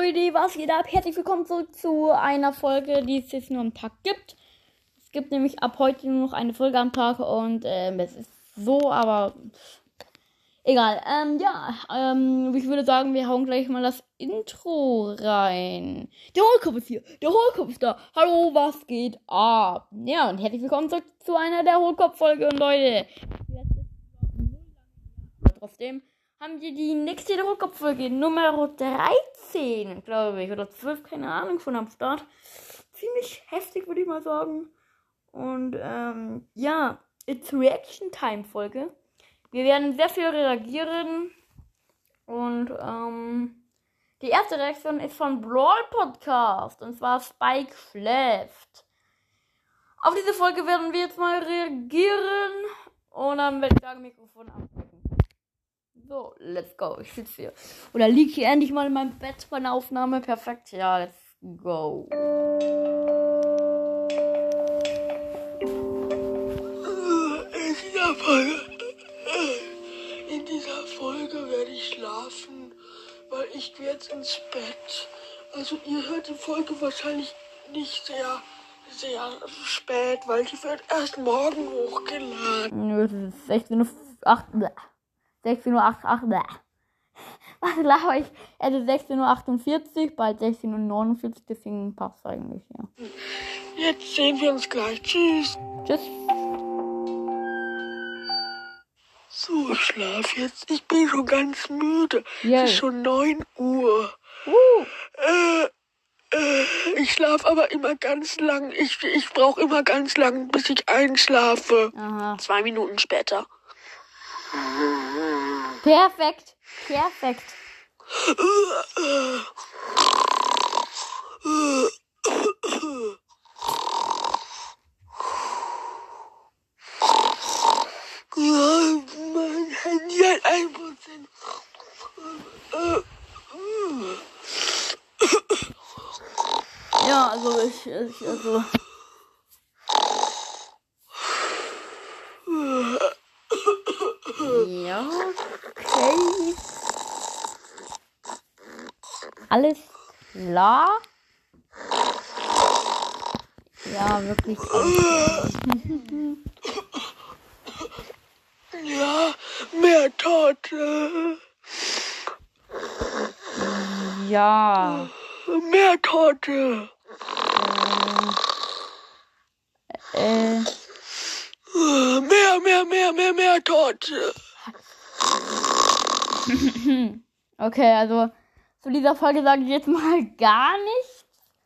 Leute, was geht ab? Herzlich willkommen zurück zu einer Folge, die es jetzt nur am Tag gibt. Es gibt nämlich ab heute nur noch eine Folge am Tag und es ist so, aber egal. Ich würde sagen, wir hauen gleich mal das Intro rein. Der Hohlkopf ist hier, der Hohlkopf ist da. Hallo, was geht ab? Ja, und herzlich willkommen zurück zu einer der Hohlkopf-Folge. Und Leute, trotzdem haben wir die nächste Hohlkopf-Folge Nummer 13, glaube ich, oder 12, keine Ahnung, von am Start. Ziemlich heftig, würde ich mal sagen. Und it's Reaction Time Folge. Wir werden sehr viel reagieren. Und die erste Reaktion ist von Brawl Podcast. Und zwar Spike schläft. Auf diese Folge werden wir jetzt mal reagieren. Und dann werde ich sagen, Mikrofon abdecken. So, let's go. Ich sitze hier. Oder liege hier endlich mal in meinem Bett bei einer Aufnahme. Perfekt. Ja, let's go. In dieser Folge werde ich schlafen, weil ich gehe jetzt ins Bett. Also ihr hört die Folge wahrscheinlich nicht sehr spät, weil die wird erst morgen hochgeladen. Nö, es ist 16 Uhr 8. 16 Uhr 8. Was lache ich? Es ist 16:48 Uhr, bald 16:49 Uhr, deswegen passt eigentlich, ja. Jetzt sehen wir uns gleich. Tschüss. Tschüss. So, schlaf jetzt. Ich bin schon ganz müde. Yeah. Es ist schon 9 Uhr. Ich schlafe aber immer ganz lang. Ich brauche immer ganz lang, bis ich einschlafe. Aha. 2 Minuten später. Perfekt. Mein Handy hat 1%. Ja, also ja, okay. Alles klar? Ja, wirklich. Ja, mehr Torte. Ja. Mehr Torte. Mehr Torte. Okay, also zu dieser Folge sage ich jetzt mal gar nichts.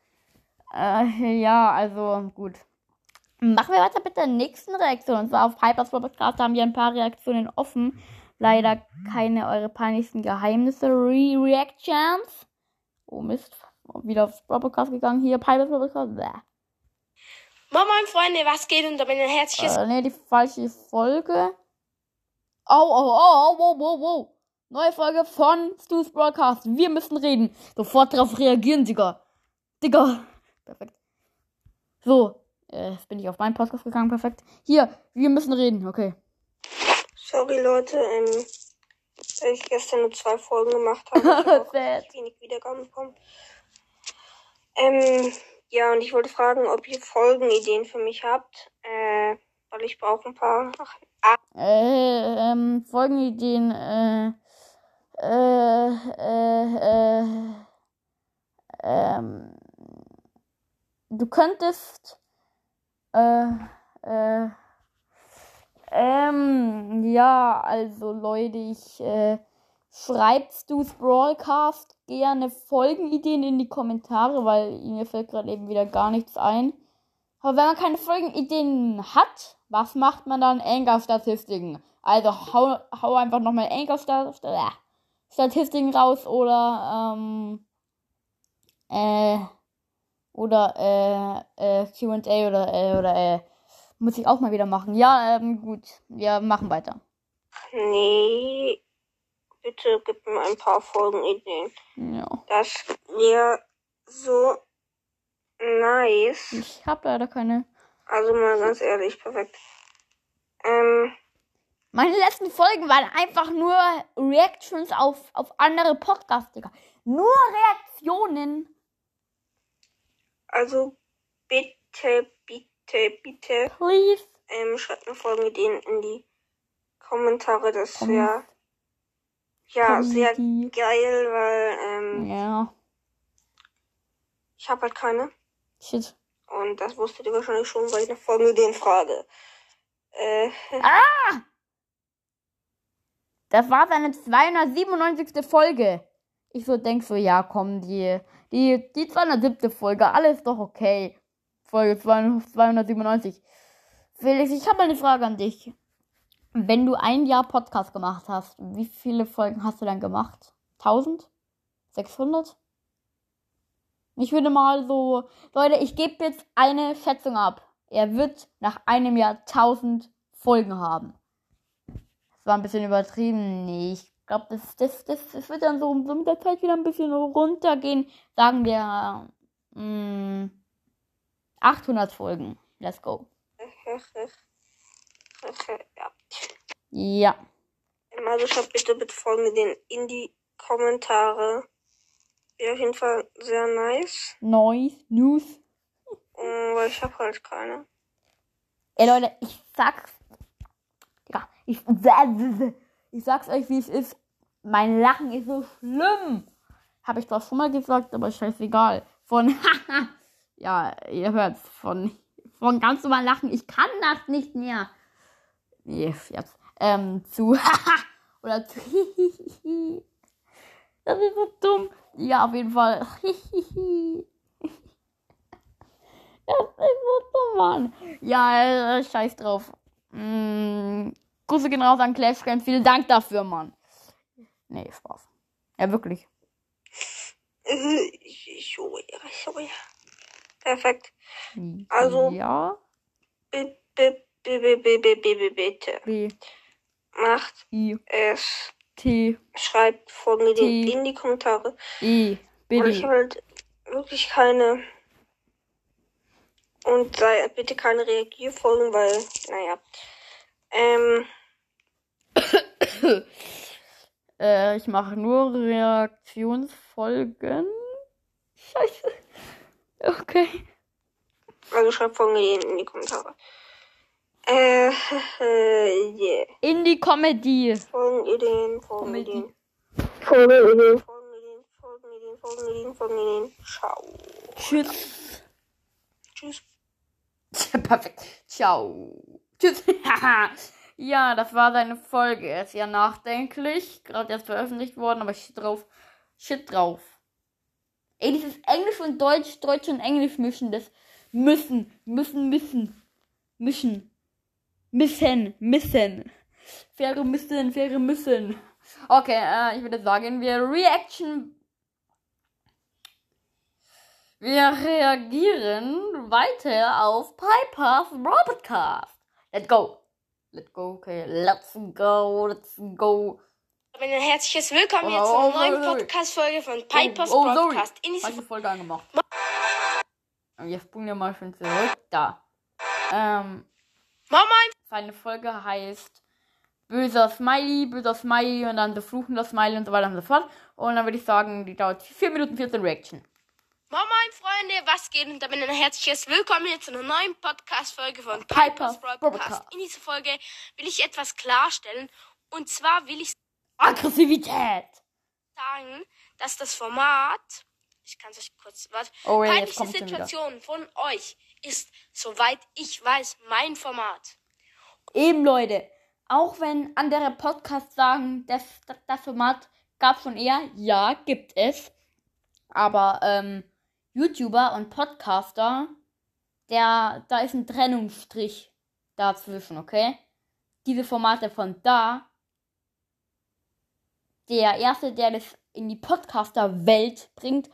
Ja, also gut. Machen wir weiter mit der nächsten Reaktion. Und zwar auf Hypers Podcast haben wir ein paar Reaktionen offen. Leider keine eure peinlichsten Geheimnisse Reactions. Oh Mist. Wieder aufs Podcast gegangen. Hier, Hypers Podcast. Moin Freunde, was geht? Und damit ein herzliches... Nee, die falsche Folge. Wow. Neue Folge von Stu's Broadcast. Wir müssen reden. Sofort darauf reagieren, Digga. Perfekt. So, jetzt bin ich auf meinen Podcast gegangen. Perfekt. Hier, wir müssen reden. Okay. Sorry Leute, weil ich gestern nur 2 Folgen gemacht habe. Ich habe auch wenig Wiedergaben bekommen. Ja, und ich wollte fragen, ob ihr Folgenideen für mich habt. Weil ich brauche ein paar... Folgenideen, du könntest, ja, also Leute, schreibt du's Broadcast gerne Folgenideen in die Kommentare, weil mir fällt gerade eben wieder gar nichts ein. Aber wenn man keine Folgenideen hat, was macht man dann? Anchor-Statistiken. Also hau einfach nochmal Anchor-Statistiken raus oder Q&A oder muss ich auch mal wieder machen. Ja, gut. Wir machen weiter. Nee, bitte gib mir ein paar Folgenideen. Ja. Das wäre so nice. Ich habe leider keine. Also mal ganz ehrlich, perfekt. Meine letzten Folgen waren einfach nur Reactions auf andere Podcasts, Digga. Nur Reaktionen. Also bitte, Please. schreibt mir Folgenideen in die Kommentare. Das wäre ja sehr geil, weil Ja. ich habe halt keine. Shit. Und das wusstet ihr wahrscheinlich schon, weil ich nach Folgenideen frage. Das war seine 297. Folge. Ich so denk so, ja komm, die 207. Folge, alles doch okay. Folge 297. Felix, ich habe mal eine Frage an dich. Wenn du ein Jahr Podcast gemacht hast, wie viele Folgen hast du dann gemacht? 1000? 600? Ich würde mal so... Leute, ich gebe jetzt eine Schätzung ab. Er wird nach einem Jahr 1000 Folgen haben. Das war ein bisschen übertrieben. Nee, ich glaube, das wird dann so mit der Zeit wieder ein bisschen runtergehen. Sagen wir 800 Folgen. Let's go. Ja. Ja. Also schreibt bitte Folgenideen in die Kommentare. Wäre auf jeden Fall sehr nice. News. Weil ich habe halt keine. Ey Leute, ich sag's. Ja, ich sag's euch, wie es ist. Mein Lachen ist so schlimm. Habe ich zwar schon mal gesagt, aber scheißegal. Von ja, ihr hört's. Von ganz normal Lachen. Ich kann das nicht mehr. Nee, jetzt. Zu oder zu das ist so dumm. Ja, auf jeden Fall. Das ist so dumm, Mann. Ja, scheiß drauf. Grüße gehen raus an Clash Games. Vielen Dank dafür, Mann. Nee, Spaß. Ja, wirklich. Perfekt. Also, ja. Bitte. B. Macht I. es. T. Schreibt Folgenideen in die Kommentare. E. Weil ich halt wirklich keine. Und bitte keine Reagierfolgen, weil, naja. Ich mache nur Reaktionsfolgen. Scheiße. Okay. Also schreibt Folgenideen in die Kommentare. Yeah. In die Comedy. Folgenideen. Ciao. Tschüss. Tschüss. Perfekt. Ciao. Tschüss. Ja, das war seine Folge. Er ist ja nachdenklich. Gerade erst veröffentlicht worden, aber shit drauf. Ey, dieses Englisch und Deutsch und Englisch mischen, das müssen. Faire müssen. Okay, ich würde sagen, wir reagieren weiter auf Pipers Brawl Podcast. Let's go, okay, let's go. Ein herzliches Willkommen jetzt zu einer neuen Podcast-Folge von Pipers Broadcast. Ich habe die Folge angemacht. Wir spulen ja mal schön zurück. Da. Seine Folge heißt böser Smiley und dann so fluchender Smiley und so weiter und so fort. Und dann würde ich sagen, die dauert 4 Minuten 14 Reaction. Moin Freunde, was geht? Und damit ein herzliches Willkommen jetzt zu einer neuen Podcast-Folge von Pipers Broadcast. In dieser Folge will ich etwas klarstellen. Und zwar will ich Aggressivität sagen, dass das Format, ich kann es euch kurz, peinliche Situationen von euch ist, soweit ich weiß, mein Format. Eben, Leute, auch wenn andere Podcasts sagen, das Format gab es schon eher, ja, gibt es. Aber YouTuber und Podcaster, da ist ein Trennungsstrich dazwischen, okay? Diese Formate von da, der Erste, der das in die Podcaster-Welt bringt,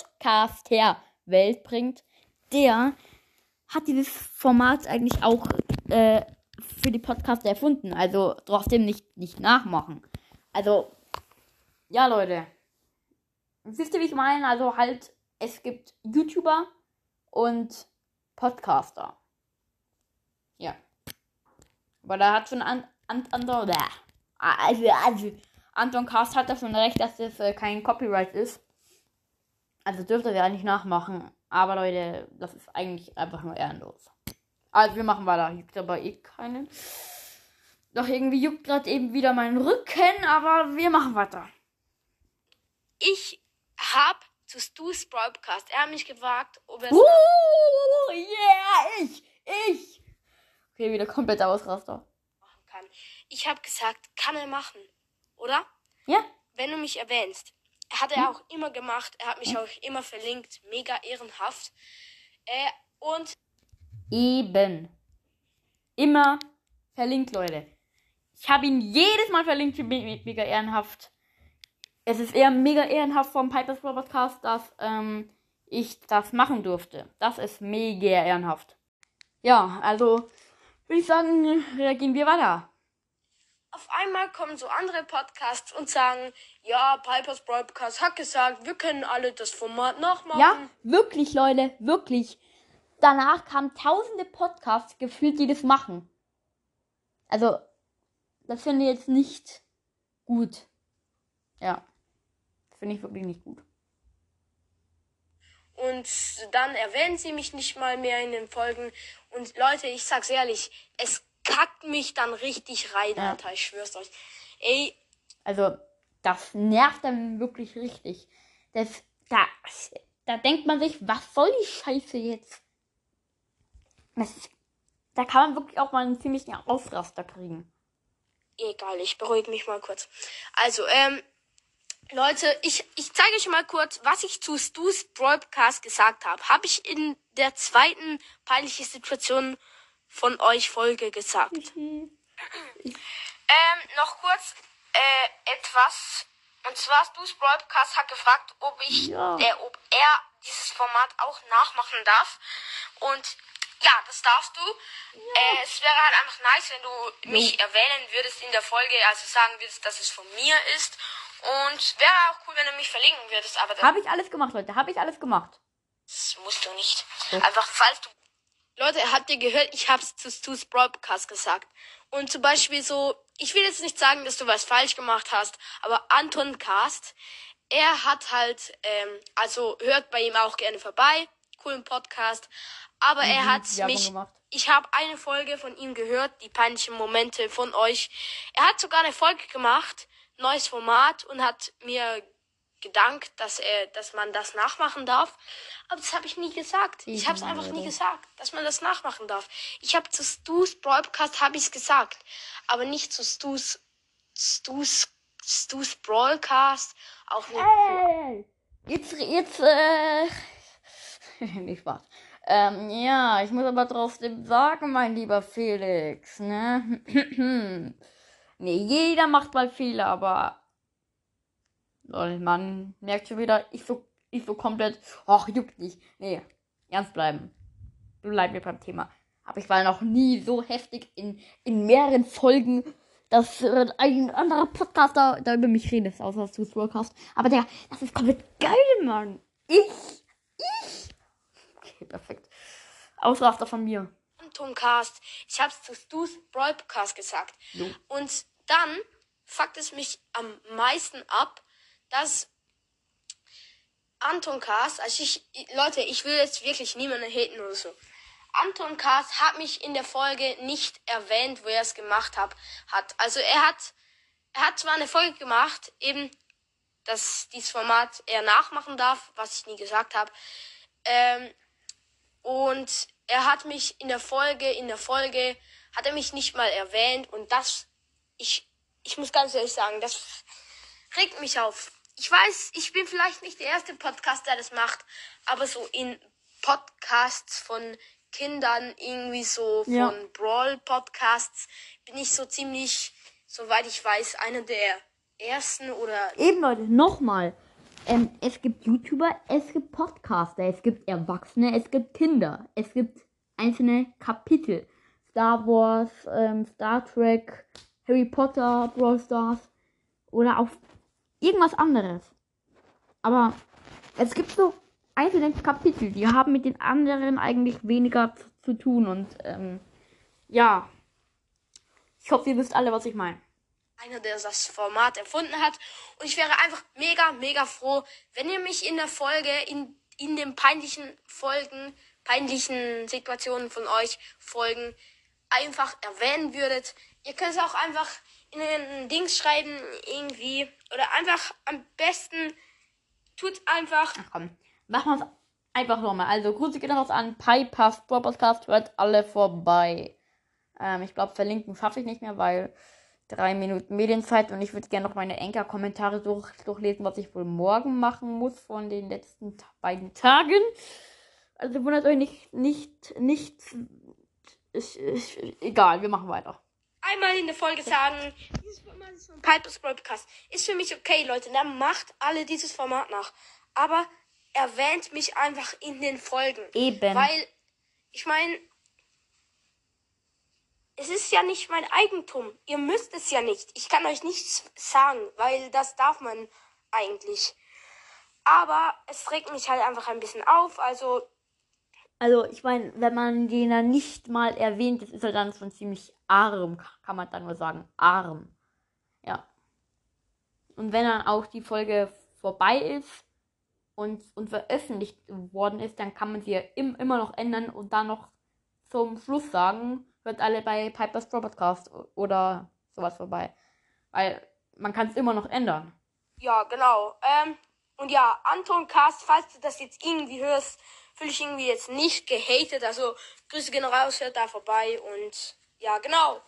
der hat dieses Format eigentlich auch für die Podcaster erfunden. Also trotzdem nicht nachmachen. Also, ja, Leute. Wisst ihr, wie ich meine? Also halt, es gibt YouTuber und Podcaster. Ja. Aber da hat schon Anton Cast hat da schon recht, dass das kein Copyright ist. Also dürft ihr ja nicht nachmachen. Aber Leute, das ist eigentlich einfach nur ehrenlos. Also wir machen weiter. Juckt aber eh keinen. Doch irgendwie juckt gerade eben wieder mein Rücken. Aber wir machen weiter. Ich habe zu Stu's Broadcast, er hat mich gefragt, ob er es Yeah, ich. Okay, wieder komplett Ausraster. machen kann. Ich habe gesagt, kann er machen, oder? Ja. Wenn du mich erwähnst. Hat er auch immer gemacht. Er hat mich auch immer verlinkt. Mega ehrenhaft. Und Eben. Immer verlinkt, Leute. Ich habe ihn jedes Mal verlinkt. Mega ehrenhaft. Es ist eher mega ehrenhaft vom Pipers Brawl Podcast, dass ich das machen durfte. Das ist mega ehrenhaft. Ja, also würde ich sagen, gehen wir weiter. auf einmal kommen so andere Podcasts und sagen, ja, Pipers Broadcast hat gesagt, wir können alle das Format nachmachen. Ja, wirklich, Leute, wirklich. Danach kamen tausende Podcasts gefühlt, die das machen. Also, das finde ich jetzt nicht gut. Ja, finde ich wirklich nicht gut. Und dann erwähnen sie mich nicht mal mehr in den Folgen. Und Leute, ich sag's ehrlich, es kackt mich dann richtig rein, Ja. Alter, ich schwör's euch. Ey, Also, das nervt dann wirklich richtig. Da denkt man sich, was soll die Scheiße jetzt? Da kann man wirklich auch mal einen ziemlichen Ausraster kriegen. egal, ich beruhige mich mal kurz. Also, Leute, ich zeige euch mal kurz, was ich zu Stu's Broadcast gesagt habe. Habe ich in der zweiten peinliche Situation von euch Folge gesagt. Noch kurz etwas. Und zwar Stu's Broadcast hat gefragt, ob er dieses Format auch nachmachen darf. Und ja, das darfst du. Es wäre halt einfach nice, wenn du mich erwähnen würdest in der Folge, also sagen würdest, dass es von mir ist. Und wäre auch cool, wenn du mich verlinken würdest, aber Habe ich alles gemacht, Leute. Habe ich alles gemacht. das musst du nicht. Doch. Einfach, falls du... Leute, habt ihr gehört? Ich hab's zu Stu's Broadcast gesagt. Und zum Beispiel so, ich will jetzt nicht sagen, dass du was falsch gemacht hast, aber Anton Cast, er hat halt, also hört bei ihm auch gerne vorbei, coolen Podcast, aber er hat Werbung mich... gemacht. Ich habe eine Folge von ihm gehört, die peinlichen Momente von euch. Er hat sogar eine Folge gemacht, neues Format, und hat mir gedankt, dass man das nachmachen darf. Aber das habe ich nie gesagt. Ich habe es einfach nie gesagt, dass man das nachmachen darf. Ich habe zu Stu's Broadcast habe ich's gesagt, aber nicht zu Stu's Broadcast, auch nicht. Hey! Jetzt, nicht Spaß. Ja, ich muss aber trotzdem sagen, mein lieber Felix, ne? Nee, jeder macht mal Fehler, aber man merkt schon wieder, ich so komplett, ach, juckt nicht. Nee, ernst bleiben. Bleiben wir beim Thema. Aber ich war noch nie so heftig in mehreren Folgen, dass ein anderer Podcaster da über mich redet, außer das Stu's Broadcast. Aber das ist komplett geil, Mann. Okay, perfekt. Ausraster von mir. Anton Cast. Ich habe es zu Stu's Broadcast gesagt. Jo. Und dann fuckt es mich am meisten ab, dass Anton Cast, also Leute, ich will jetzt wirklich niemanden haten oder so. Anton Cast hat mich in der Folge nicht erwähnt, wo er es gemacht hat. Also er hat zwar eine Folge gemacht, eben, dass dieses Format er nachmachen darf, was ich nie gesagt habe. Und er hat mich in der Folge hat er mich nicht mal erwähnt, und ich muss ganz ehrlich sagen, das regt mich auf. Ich weiß, ich bin vielleicht nicht der erste Podcast, der das macht, aber so in Podcasts von Kindern, irgendwie so von Brawl-Podcasts, bin ich so ziemlich, soweit ich weiß, einer der ersten oder... Eben, Leute, nochmal. Es gibt YouTuber, es gibt Podcaster, es gibt Erwachsene, es gibt Kinder, es gibt einzelne Kapitel. Star Wars, Star Trek, Harry Potter, Brawl Stars oder auch irgendwas anderes. Aber es gibt so einzelne Kapitel, die haben mit den anderen eigentlich weniger zu tun. Und ja, ich hoffe, ihr wisst alle, was ich meine. einer, der das Format erfunden hat. Und ich wäre einfach mega, mega froh, wenn ihr mich in der Folge, in den peinlichen Situationen von euch Folgen einfach erwähnen würdet. Ihr könnt es auch einfach in den Dings schreiben, irgendwie. Oder einfach am besten tut einfach. Ach komm, machen wir es einfach nochmal. Also Grüße gehen raus an Pipas Podcast, hört alle vorbei. Ich glaube, verlinken schaffe ich nicht mehr, weil 3 Minuten Medienzeit und ich würde gerne noch meine Anchor-Kommentare durchlesen, was ich wohl morgen machen muss von den letzten beiden Tagen. Also wundert euch nicht, egal, wir machen weiter. Einmal in der Folge sagen, dieses Format ist von Piper's Podcast. Ist für mich okay, Leute. Dann macht alle dieses Format nach. Aber erwähnt mich einfach in den Folgen. Eben. Weil, ich meine, es ist ja nicht mein Eigentum. Ihr müsst es ja nicht. Ich kann euch nichts sagen, weil das darf man eigentlich. Aber es regt mich halt einfach ein bisschen auf. Also ich meine, wenn man den dann nicht mal erwähnt, das ist er dann schon ziemlich arm, kann man dann nur sagen. Arm. Ja. Und wenn dann auch die Folge vorbei ist und veröffentlicht worden ist, dann kann man sie ja immer noch ändern und dann noch zum Schluss sagen, hört alle bei Piper's Podcast oder sowas vorbei. Weil man kann es immer noch ändern. ja, genau. Und ja, Anton Cast, falls du das jetzt irgendwie hörst, fühle ich irgendwie jetzt nicht gehatet. Also Grüße gehen raus, hört da vorbei und ja, genau.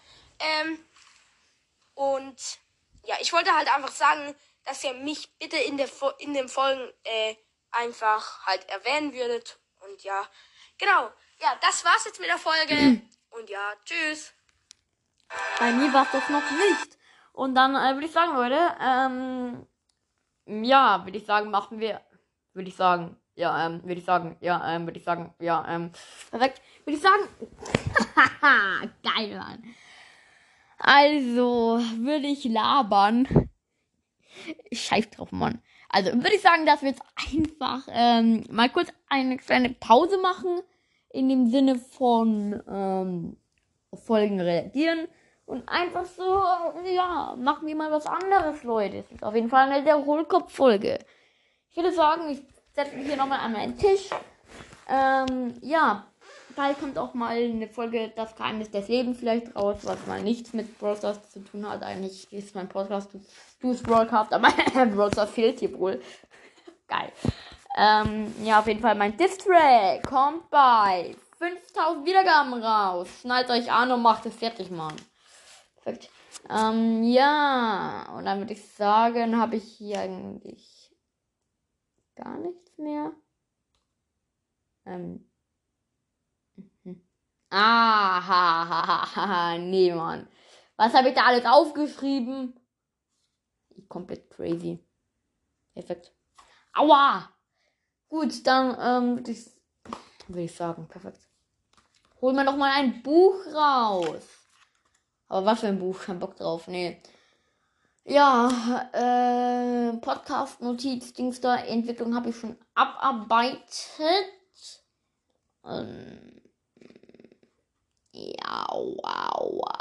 Und ja, ich wollte halt einfach sagen, dass ihr mich bitte in den Folgen einfach halt erwähnen würdet. Und ja, genau. Ja, das war's jetzt mit der Folge. Und ja, tschüss. Bei mir war es das noch nicht. Und dann würde ich sagen, Leute, perfekt. Würde ich sagen, geil, Mann. Also, würde ich labern. Scheiß drauf, Mann. Also, würde ich sagen, dass wir jetzt einfach mal kurz eine kleine Pause machen. In dem Sinne von auf Folgen reagieren. Und einfach so, ja, machen wir mal was anderes, Leute. Es ist auf jeden Fall eine der Hohlkopf-Folge. Ich würde sagen, ich setze mich hier nochmal an meinen Tisch. Ja, bald kommt auch mal eine Folge Das Geheimnis des Lebens vielleicht raus, was mal nichts mit Brawl Stars zu tun hat. Eigentlich ist mein Podcast Du's Broadcast, aber Brawl Stars fehlt hier wohl. Geil. Ja, auf jeden Fall mein Diss-Track kommt bei 5000 Wiedergaben raus. Schnallt euch an und macht es fertig, Mann. Perfekt. Ja, und dann würde ich sagen, habe ich hier eigentlich gar nichts mehr. Nee, Mann. Was habe ich da alles aufgeschrieben? Komplett crazy. Perfekt. Aua! Gut, dann würde ich sagen, perfekt. Holen wir doch mal ein Buch raus. Aber was für ein Buch? Kein Bock drauf, nee. Ja, Podcast-Notiz, Dings da, Entwicklung habe ich schon abarbeitet. Ja, wow.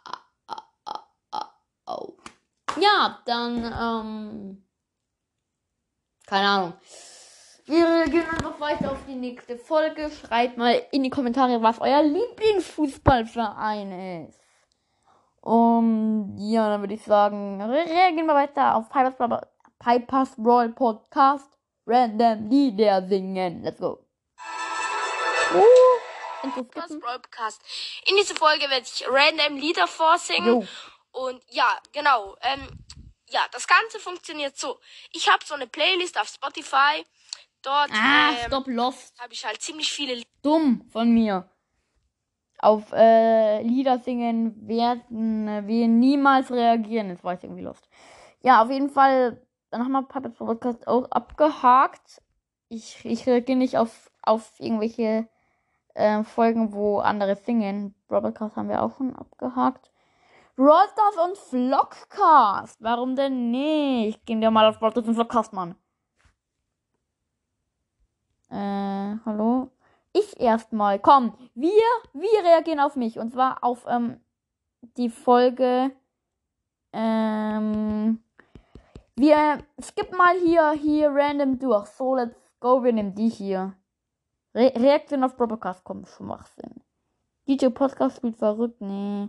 Ja, dann, keine Ahnung. Wir gehen einfach weiter auf die nächste Folge. Schreibt mal in die Kommentare, was euer Lieblingsfußballverein ist. Und ja, dann würde ich sagen, reagieren wir weiter auf Piper's Brawl Podcast. Random Lieder singen. Let's go. Podcast. In dieser Folge werde ich random Lieder vorsingen. Jo. Und ja, genau. Ja, das Ganze funktioniert so. Ich habe so eine Playlist auf Spotify. Dort Stop Lost. habe ich halt ziemlich viele Lieder. Dumm von mir. Auf Lieder singen werden wir niemals reagieren. Jetzt war ich irgendwie lost. Ja, auf jeden Fall. Dann haben wir Piper's Podcast auch abgehakt. Ich reagiere nicht auf irgendwelche Folgen, wo andere singen. Broadcast haben wir auch schon abgehakt. Brawl Stars und Vlogcast. Warum denn nicht? Gehen wir mal auf Brawl Stars und Vlogcast, Mann. Hallo? Ich erstmal. Komm, wir reagieren auf mich. Und zwar auf die Folge Wir skippen mal hier random durch. So, let's go. Wir nehmen die hier. Reaktion auf Broadcast kommt Schwachsinn. DJ Podcast spielt verrückt. Nee.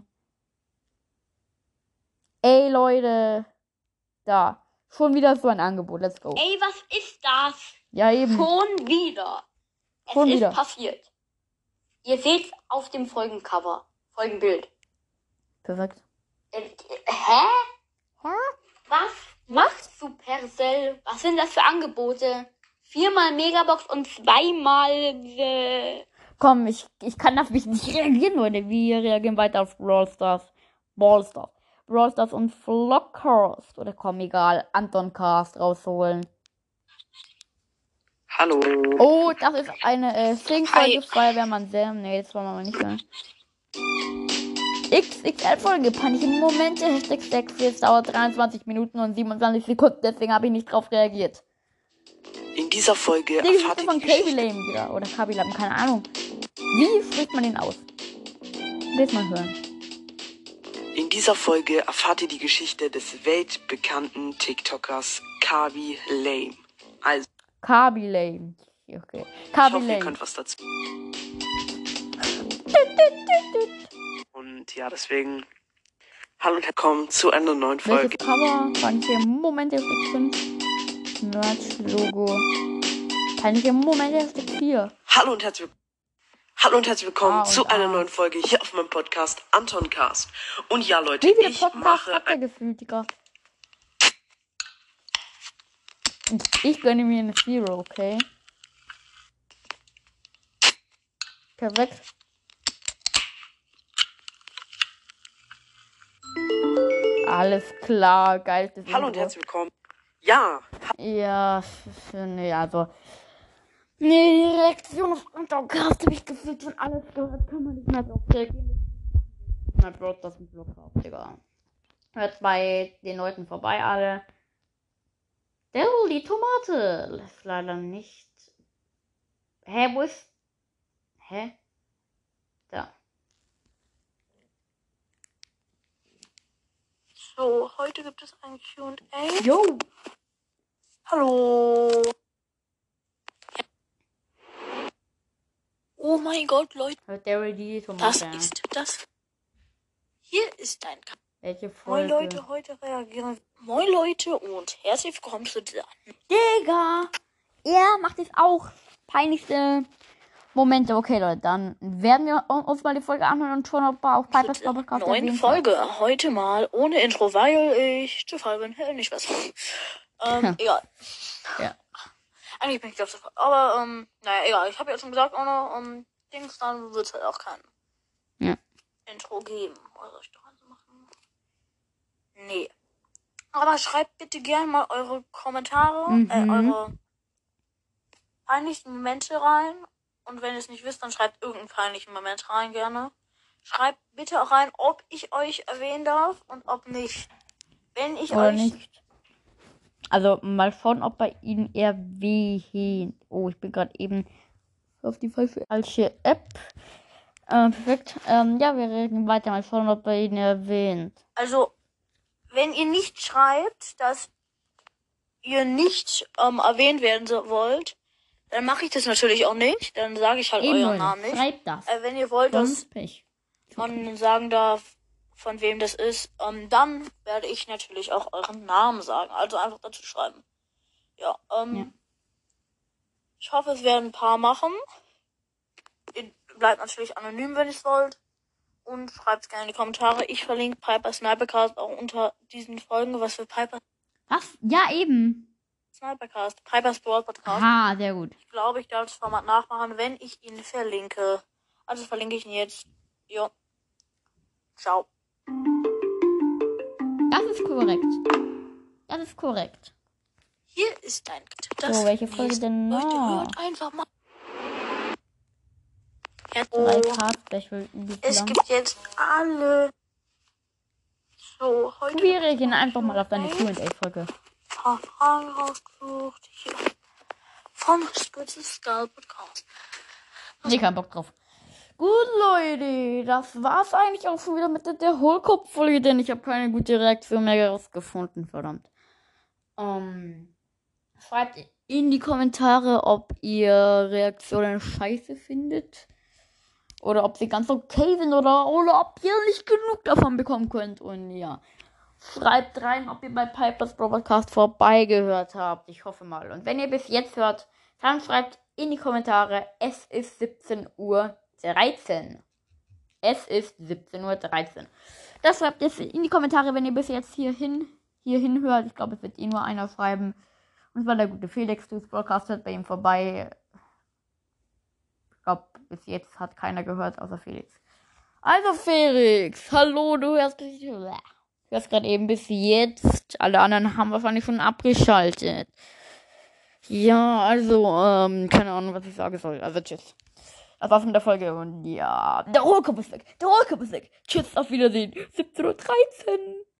Ey, Leute. Da. Schon wieder so ein Angebot. Let's go. Ey, was ist das? Ja, eben. Schon wieder. Schon Es wieder. ist passiert. Ihr seht auf dem Folgencover. Folgenbild. Perfekt. Hä? Was macht Supercell? Was sind das für Angebote? 4-mal Megabox und 2-mal... Komm, ich kann auf mich nicht reagieren, Leute. Wir reagieren weiter auf Brawl Stars und Vlogcast. Oder komm, egal. Anton Cast rausholen. Hallo. Oh, das ist eine Sing-Folge, Feuerwehrmann Sam. Nee, das wollen wir mal nicht hören. XXL-Folge, panische Momente, Hashtag Sex, es dauert 23 Minuten und 27 Sekunden, deswegen habe ich nicht drauf reagiert. In dieser Folge Die erfahrt Geschichte ihr von die Geschichte. Kaby Lame oder Kaby Lame, keine Ahnung. Wie spricht man den aus? Lass mal hören. In dieser Folge erfahrt ihr die Geschichte des weltbekannten TikTokers Kaby Lame. Also, Kaby Lame. Okay. ich Kaby hoffe, ihr Lame. könnt was dazu. Und ja, deswegen hallo und willkommen zu einer neuen Folge. Welches Cover? Peinliche Momente, Hashtag 5. Merch-Logo. Peinliche Momente, Hashtag 4. Hallo und herzlich willkommen A und zu einer A. neuen Folge hier auf meinem Podcast Anton Cast. Und ja, Leute, Wie viele ich Podcasts mache habt ihr gefühlt, Digga? Und ich gönne mir eine Zero, okay? Perfekt. Alles klar, geil. Hallo und herzlich willkommen. Ja, Ja, nee, also. Nee, die Reaktion auf Untercast habe ich gefühlt schon alles gehört. Kann man nicht mehr drauf reagieren. Mein Bro, das ein Block auf, Digga. Hört bei den Leuten vorbei, alle. Die Tomate lässt leider nicht. Hä, wo ist. Hä? Da. so, heute gibt es ein Q&A. Jo! Hallo. Oh mein Gott, Leute, Hört Daryl die das Tomate. ist das. Hier ist ein Welche Moin Folge? Leute, heute reagieren. Moin Leute und herzlich willkommen zu dieser. Digga! Er macht es auch. Peinlichste Momente. Okay, Leute, dann werden wir uns mal die Folge anhören und schon, ob er auf Pipers Podcast Neuen erwähnt Folge. Heute mal ohne Intro, weil ich zu faul bin. Nicht was. Egal. Ja. Eigentlich bin ich auf der Fall. Aber, naja, egal. Ich habe ja schon gesagt, ohne Dings, dann wird es halt auch kein Intro geben. Was soll ich doch also machen? Nee. Aber schreibt bitte gerne mal eure Kommentare, eure peinlichsten Momente rein. Und wenn ihr es nicht wisst, dann schreibt irgendeinen peinlichen Moment rein gerne. Schreibt bitte auch rein, ob ich euch erwähnen darf und ob nicht. Wenn ich Oder euch... nicht. Also mal schauen, ob bei Ihnen erwähnt. Oh, ich bin gerade eben auf die falsche App. Perfekt. Ja, wir reden weiter. Mal schauen, ob bei Ihnen erwähnt. Also, wenn ihr nicht schreibt, dass ihr nicht erwähnt werden wollt, dann mache ich das natürlich auch nicht. Dann sage ich halt Eben, euren Leute, Namen nicht. schreibt das. Wenn ihr wollt, dass Sonst Pech. man sagen darf, von wem das ist, dann werde ich natürlich auch euren Namen sagen. Also einfach dazu schreiben. Ja, Ja. ich hoffe, es werden ein paar machen. Ihr bleibt natürlich anonym, wenn ihr es wollt. Und schreibt es gerne in die Kommentare. Ich verlinke Piper Snipercast auch unter diesen Folgen. Was für Piper Was? Ja, eben. Snipercast? Piper's Brawl Podcast. Aha, sehr gut. Ich glaube, ich darf das Format nachmachen, wenn ich ihn verlinke. Also verlinke ich ihn jetzt. Jo. Ciao. Das ist korrekt. Das ist korrekt. Hier ist dein... So, welche Folge denn Leute, noch? hört einfach mal. 3 Parts Special. Es gibt jetzt alle. So, heute. Wir reagieren einfach mal auf deine Q&A-Folge. Ein paar Fragen rausgesucht. Hier. Von Spitzes Skull Podcast. Nee, kein Bock drauf. Gut, Leute, das war's eigentlich auch schon wieder mit der Hohlkopf-Folge, denn ich habe keine gute Reaktion mehr rausgefunden, verdammt. Schreibt in die Kommentare, ob ihr Reaktionen scheiße findet. Oder ob sie ganz okay sind oder ob ihr nicht genug davon bekommen könnt. Und ja, schreibt rein, ob ihr bei Pipers Broadcast vorbeigehört habt. Ich hoffe mal. Und wenn ihr bis jetzt hört, dann schreibt in die Kommentare, es ist 17:13 Uhr. Es ist 17:13 Uhr. Das schreibt jetzt in die Kommentare, wenn ihr bis jetzt hierhin hört. Ich glaube, es wird nur einer schreiben. Und zwar der gute Felix, du Broadcast hört bei ihm vorbei. Ich glaube, bis jetzt hat keiner gehört, außer Felix. Also Felix, hallo, du hörst gerade eben bis jetzt. Alle anderen haben wahrscheinlich schon abgeschaltet. Ja, also, keine Ahnung, was ich sagen soll. Also, tschüss. Das war's mit der Folge und ja, der Rohrkopf ist weg. Tschüss, auf Wiedersehen. 17:13 Uhr.